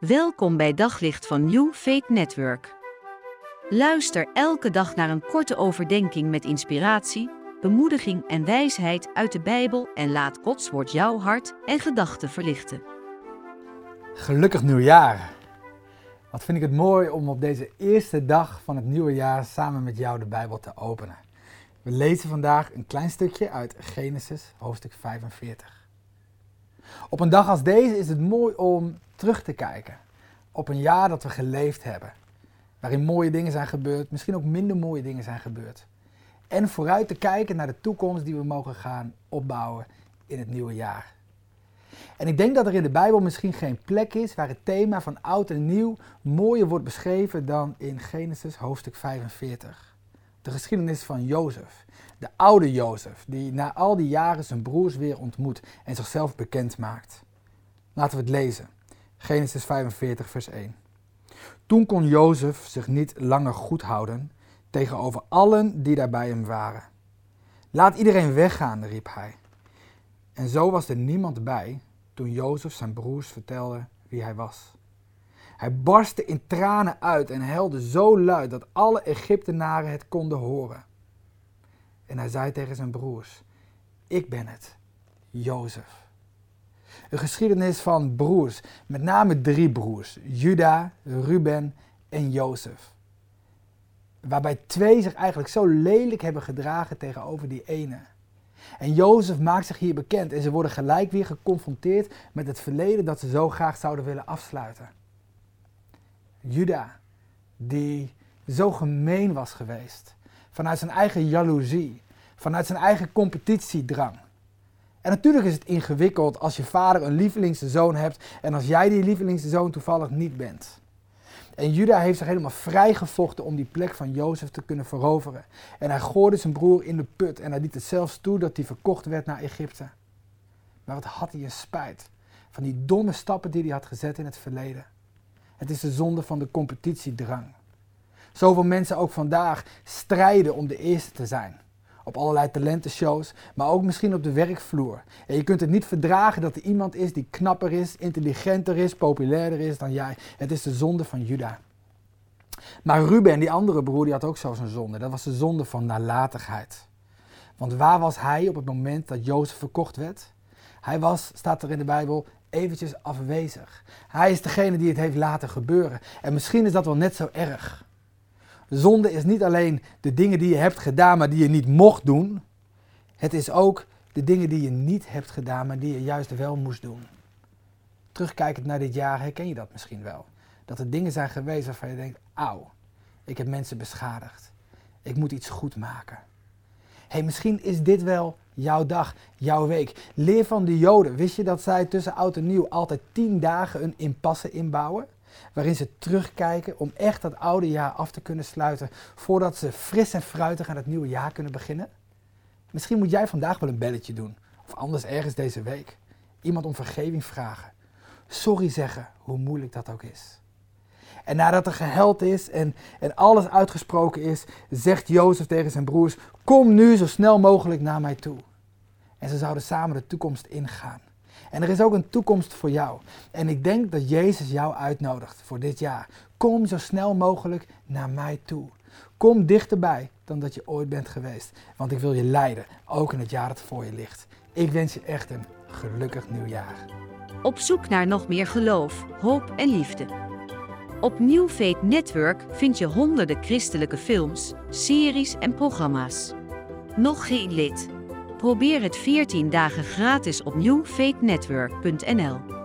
Welkom bij Daglicht van New Faith Network. Luister elke dag naar een korte overdenking met inspiratie, bemoediging en wijsheid uit de Bijbel en laat Gods woord jouw hart en gedachten verlichten. Gelukkig nieuwjaar! Wat vind ik het mooi om op deze eerste dag van het nieuwe jaar samen met jou de Bijbel te openen. We lezen vandaag een klein stukje uit Genesis, hoofdstuk 45. Op een dag als deze is het mooi om terug te kijken op een jaar dat we geleefd hebben. Waarin mooie dingen zijn gebeurd, misschien ook minder mooie dingen zijn gebeurd. En vooruit te kijken naar de toekomst die we mogen gaan opbouwen in het nieuwe jaar. En ik denk dat er in de Bijbel misschien geen plek is waar het thema van oud en nieuw mooier wordt beschreven dan in Genesis hoofdstuk 45. De geschiedenis van Jozef, de oude Jozef, die na al die jaren zijn broers weer ontmoet en zichzelf bekend maakt. Laten we het lezen. Genesis 45 vers 1. Toen kon Jozef zich niet langer goed houden tegenover allen die daar bij hem waren. Laat iedereen weggaan, riep hij. En zo was er niemand bij toen Jozef zijn broers vertelde wie hij was. Hij barstte in tranen uit en huilde zo luid dat alle Egyptenaren het konden horen. En hij zei tegen zijn broers: ik ben het, Jozef. Een geschiedenis van broers, met name 3 broers, Juda, Ruben en Jozef. Waarbij 2 zich eigenlijk zo lelijk hebben gedragen tegenover die ene. En Jozef maakt zich hier bekend en ze worden gelijk weer geconfronteerd met het verleden dat ze zo graag zouden willen afsluiten. Juda, die zo gemeen was geweest, vanuit zijn eigen jaloezie, vanuit zijn eigen competitiedrang. En natuurlijk is het ingewikkeld als je vader een lievelingszoon hebt en als jij die lievelingszoon toevallig niet bent. En Juda heeft zich helemaal vrijgevochten om die plek van Jozef te kunnen veroveren. En hij gooide zijn broer in de put en hij liet het zelfs toe dat hij verkocht werd naar Egypte. Maar wat had hij een spijt van die domme stappen die hij had gezet in het verleden. Het is de zonde van de competitiedrang. Zoveel mensen ook vandaag strijden om de eerste te zijn. Op allerlei talentenshows, maar ook misschien op de werkvloer. En je kunt het niet verdragen dat er iemand is die knapper is, intelligenter is, populairder is dan jij. Het is de zonde van Juda. Maar Ruben, die andere broer, die had ook zo zijn zonde. Dat was de zonde van nalatigheid. Want waar was hij op het moment dat Jozef verkocht werd? Hij was, staat er in de Bijbel, eventjes afwezig. Hij is degene die het heeft laten gebeuren. En misschien is dat wel net zo erg. Zonde is niet alleen de dingen die je hebt gedaan, maar die je niet mocht doen. Het is ook de dingen die je niet hebt gedaan, maar die je juist wel moest doen. Terugkijkend naar dit jaar herken je dat misschien wel. Dat er dingen zijn geweest waarvan je denkt, auw, ik heb mensen beschadigd. Ik moet iets goed maken. Misschien is dit wel jouw dag, jouw week. Leer van de Joden. Wist je dat zij tussen oud en nieuw altijd 10 dagen een impasse inbouwen? Waarin ze terugkijken om echt dat oude jaar af te kunnen sluiten voordat ze fris en fruitig aan het nieuwe jaar kunnen beginnen. Misschien moet jij vandaag wel een belletje doen. Of anders ergens deze week. Iemand om vergeving vragen. Sorry zeggen, hoe moeilijk dat ook is. En nadat er gehuild is en alles uitgesproken is, zegt Jozef tegen zijn broers: kom nu zo snel mogelijk naar mij toe. En ze zouden samen de toekomst ingaan. En er is ook een toekomst voor jou. En ik denk dat Jezus jou uitnodigt voor dit jaar. Kom zo snel mogelijk naar mij toe. Kom dichterbij dan dat je ooit bent geweest. Want ik wil je leiden, ook in het jaar dat voor je ligt. Ik wens je echt een gelukkig nieuwjaar. Op zoek naar nog meer geloof, hoop en liefde. Op New Faith Network vind je honderden christelijke films, series en programma's. Nog geen lid? Probeer het 14 dagen gratis op newfaithnetwork.nl.